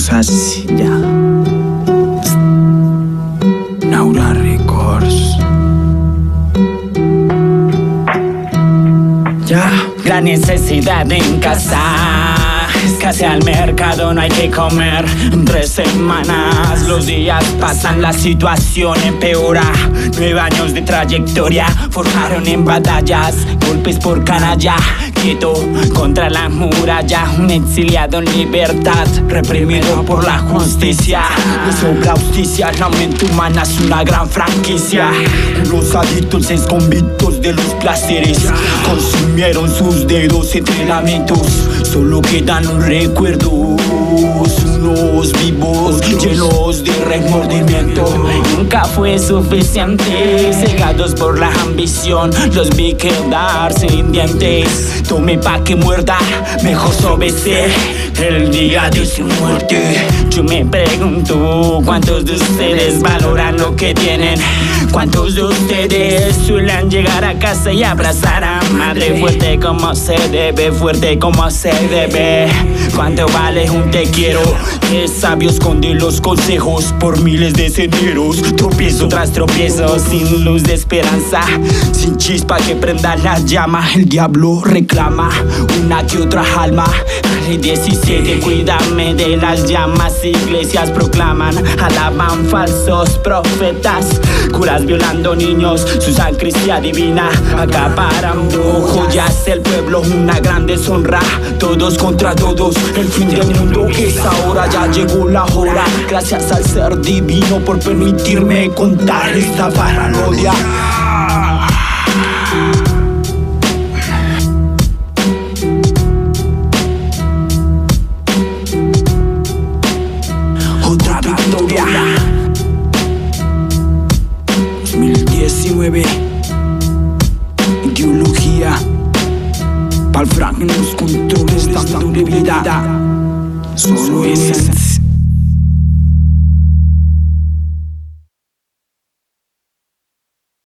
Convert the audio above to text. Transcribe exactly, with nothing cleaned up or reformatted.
cosas ya. Naura Records. Ya. Gran necesidad en casa, escasea al mercado, no hay que comer. Tres semanas, los días pasan, la situación empeora. Nueve años de trayectoria forjaron en batallas, golpes por canalla. Quieto contra la muralla, un exiliado en libertad, reprimido por la justicia. No sobra justicia, la mente humana es una gran franquicia. Los adictos convictos de los placeres consumieron sus dedos entrenamientos. Solo quedan los recuerdos, unos vivos llenos de remordimiento. Nunca fue suficiente, cegados por la ambición, los vi quedar sin dientes. Tome pa' que muerda, mejor sóbese el día de su muerte. Yo me pregunto, ¿cuántos de ustedes valoran lo que tienen? ¿Cuántos de ustedes suelen llegar a casa y abrazar a madre? Fuerte como se debe, fuerte como se debe. ¿Cuánto vale un te quiero? El sabio esconde los consejos por miles de senderos. Tropiezo tras tropiezo, sin luz de esperanza, sin chispa que prenda la llama. El diablo reclama una que otra alma. Ley diecisiete, cuídame de las llamas. Iglesias proclaman, alaban falsos profetas. Curas violando niños, su sacristía divina. Acaparando joyas del pueblo, una gran deshonra. Todos contra todos, el fin del mundo que es ahora. Ya llegó la hora, gracias al ser divino por permitirme contar esta parodia. Otra victoria. dos mil diecinueve. Ideología pa'l Frank en los controles, dándole vida. Solo esencia.